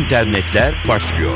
internetler başlıyor.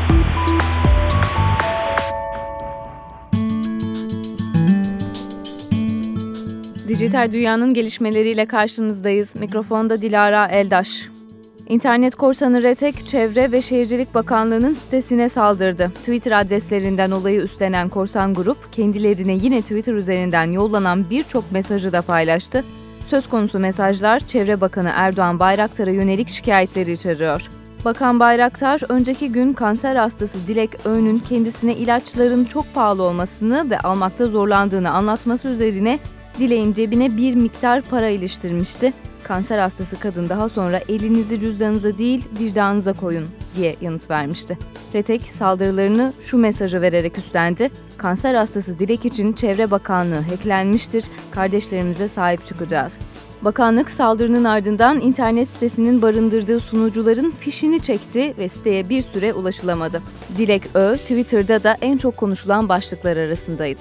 Dijital dünyanın gelişmeleriyle karşınızdayız. Mikrofonda Dilara Eldaş. İnternet korsanı RETEK, Çevre ve Şehircilik Bakanlığı'nın sitesine saldırdı. Twitter adreslerinden olayı üstlenen korsan grup, kendilerine yine Twitter üzerinden yollanan birçok mesajı da paylaştı. Söz konusu mesajlar, Çevre Bakanı Erdoğan Bayraktar'a yönelik şikayetleri içeriyor. Bakan Bayraktar, önceki gün kanser hastası Dilek Öğün'ün kendisine ilaçların çok pahalı olmasını ve almakta zorlandığını anlatması üzerine Dilek'in cebine bir miktar para iliştirmişti. Kanser hastası kadın daha sonra elinizi cüzdanınıza değil vicdanınıza koyun diye yanıt vermişti. RETEK saldırılarını şu mesajı vererek üstlendi. Kanser hastası Dilek için Çevre Bakanlığı hacklenmiştir. Kardeşlerimize sahip çıkacağız. Bakanlık saldırının ardından internet sitesinin barındırdığı sunucuların fişini çekti ve siteye bir süre ulaşılamadı. Dilek Ö, Twitter'da da en çok konuşulan başlıklar arasındaydı.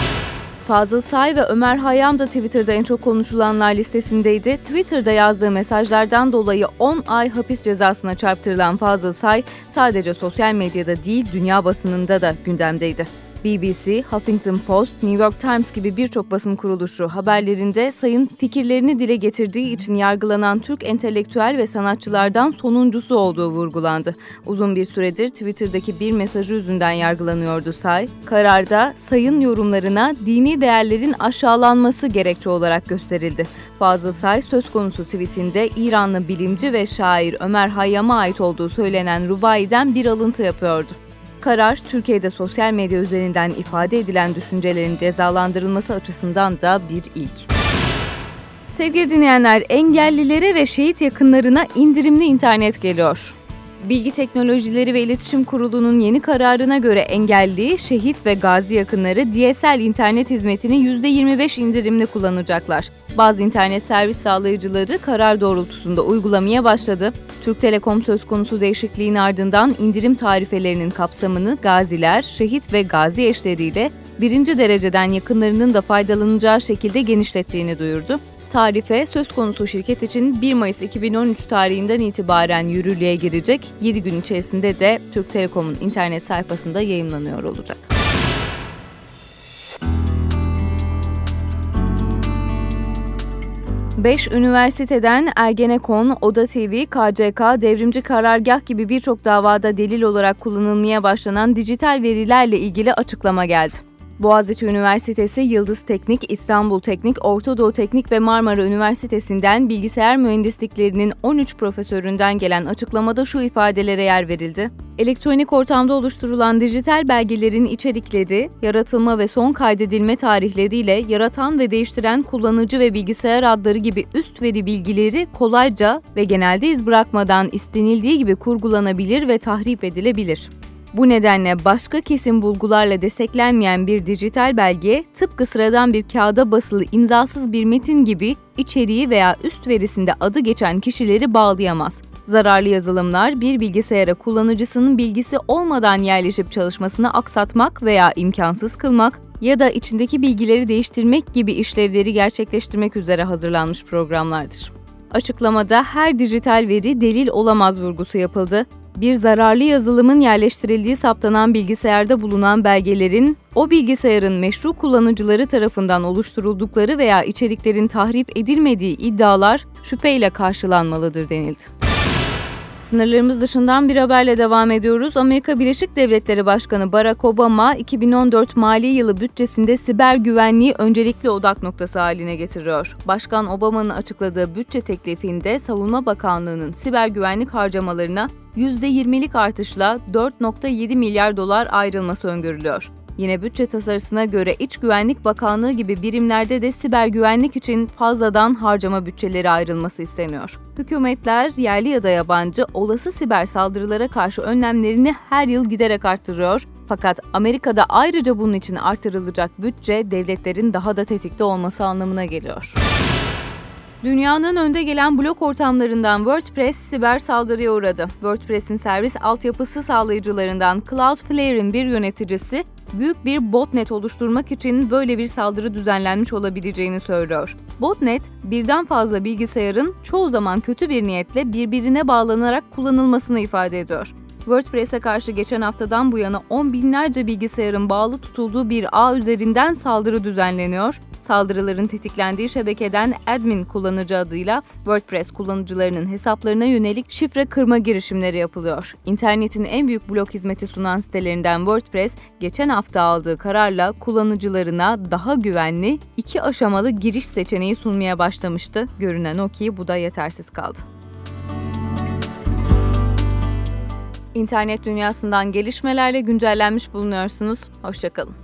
Fazıl Say ve Ömer Hayyam da Twitter'da en çok konuşulanlar listesindeydi. Twitter'da yazdığı mesajlardan dolayı 10 ay hapis cezasına çarptırılan Fazıl Say sadece sosyal medyada değil dünya basınında da gündemdeydi. BBC, Huffington Post, New York Times gibi birçok basın kuruluşu haberlerinde Say'ın fikirlerini dile getirdiği için yargılanan Türk entelektüel ve sanatçılardan sonuncusu olduğu vurgulandı. Uzun bir süredir Twitter'daki bir mesajı yüzünden yargılanıyordu Say. Kararda Say'ın yorumlarına dini değerlerin aşağılanması gerekçe olarak gösterildi. Fazıl Say söz konusu tweetinde İranlı bilimci ve şair Ömer Hayyam'a ait olduğu söylenen rubaiden bir alıntı yapıyordu. Karar, Türkiye'de sosyal medya üzerinden ifade edilen düşüncelerin cezalandırılması açısından da bir ilk. Sevgili dinleyenler, engellilere ve şehit yakınlarına indirimli internet geliyor. Bilgi Teknolojileri ve İletişim Kurulu'nun yeni kararına göre engelli, şehit ve gazi yakınları DSL internet hizmetini %25 indirimli kullanacaklar. Bazı internet servis sağlayıcıları karar doğrultusunda uygulamaya başladı. Türk Telekom söz konusu değişikliğin ardından indirim tarifelerinin kapsamını gaziler, şehit ve gazi eşleriyle birinci dereceden yakınlarının da faydalanacağı şekilde genişlettiğini duyurdu. Tarife söz konusu şirket için 1 Mayıs 2013 tarihinden itibaren yürürlüğe girecek. 7 gün içerisinde de Türk Telekom'un internet sayfasında yayımlanıyor olacak. Beş üniversiteden Ergenekon, Oda TV, KCK, Devrimci Karargah gibi birçok davada delil olarak kullanılmaya başlanan dijital verilerle ilgili açıklama geldi. Boğaziçi Üniversitesi, Yıldız Teknik, İstanbul Teknik, Orta Doğu Teknik ve Marmara Üniversitesi'nden bilgisayar mühendisliklerinin 13 profesöründen gelen açıklamada şu ifadelere yer verildi. Elektronik ortamda oluşturulan dijital belgelerin içerikleri, yaratılma ve son kaydedilme tarihleriyle yaratan ve değiştiren kullanıcı ve bilgisayar adları gibi üst veri bilgileri kolayca ve genelde iz bırakmadan istenildiği gibi kurgulanabilir ve tahrip edilebilir. Bu nedenle başka kesin bulgularla desteklenmeyen bir dijital belge, tıpkı sıradan bir kağıda basılı imzasız bir metin gibi içeriği veya üst verisinde adı geçen kişileri bağlayamaz. Zararlı yazılımlar bir bilgisayara kullanıcısının bilgisi olmadan yerleşip çalışmasını aksatmak veya imkansız kılmak ya da içindeki bilgileri değiştirmek gibi işlevleri gerçekleştirmek üzere hazırlanmış programlardır. Açıklamada her dijital veri delil olamaz vurgusu yapıldı. Bir zararlı yazılımın yerleştirildiği saptanan bilgisayarda bulunan belgelerin, o bilgisayarın meşru kullanıcıları tarafından oluşturuldukları veya içeriklerin tahrip edilmediği iddialar şüpheyle karşılanmalıdır denildi. Sınırlarımız dışından bir haberle devam ediyoruz. Amerika Birleşik Devletleri Başkanı Barack Obama, 2014 mali yılı bütçesinde siber güvenliği öncelikli odak noktası haline getiriyor. Başkan Obama'nın açıkladığı bütçe teklifinde Savunma Bakanlığı'nın siber güvenlik harcamalarına %20'lik artışla 4,7 milyar dolar ayrılması öngörülüyor. Yine bütçe tasarısına göre İç Güvenlik Bakanlığı gibi birimlerde de siber güvenlik için fazladan harcama bütçeleri ayrılması isteniyor. Hükümetler, yerli ya da yabancı, olası siber saldırılara karşı önlemlerini her yıl giderek artırıyor. Fakat Amerika'da ayrıca bunun için artırılacak bütçe, devletlerin daha da tetikte olması anlamına geliyor. Dünyanın önde gelen blog ortamlarından WordPress siber saldırıya uğradı. WordPress'in servis altyapısı sağlayıcılarından Cloudflare'in bir yöneticisi, büyük bir botnet oluşturmak için böyle bir saldırı düzenlenmiş olabileceğini söylüyor. Botnet, birden fazla bilgisayarın çoğu zaman kötü bir niyetle birbirine bağlanarak kullanılmasını ifade ediyor. WordPress'e karşı geçen haftadan bu yana 10 binlerce bilgisayarın bağlı tutulduğu bir ağ üzerinden saldırı düzenleniyor. Saldırıların tetiklendiği şebekeden admin kullanıcı adıyla WordPress kullanıcılarının hesaplarına yönelik şifre kırma girişimleri yapılıyor. İnternetin en büyük blog hizmeti sunan sitelerinden WordPress, geçen hafta aldığı kararla kullanıcılarına daha güvenli 2 aşamalı giriş seçeneği sunmaya başlamıştı. Görünen o ki bu da yetersiz kaldı. İnternet dünyasından gelişmelerle güncellenmiş bulunuyorsunuz. Hoşça kalın.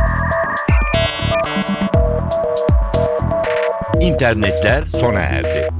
İnternetler sona erdi.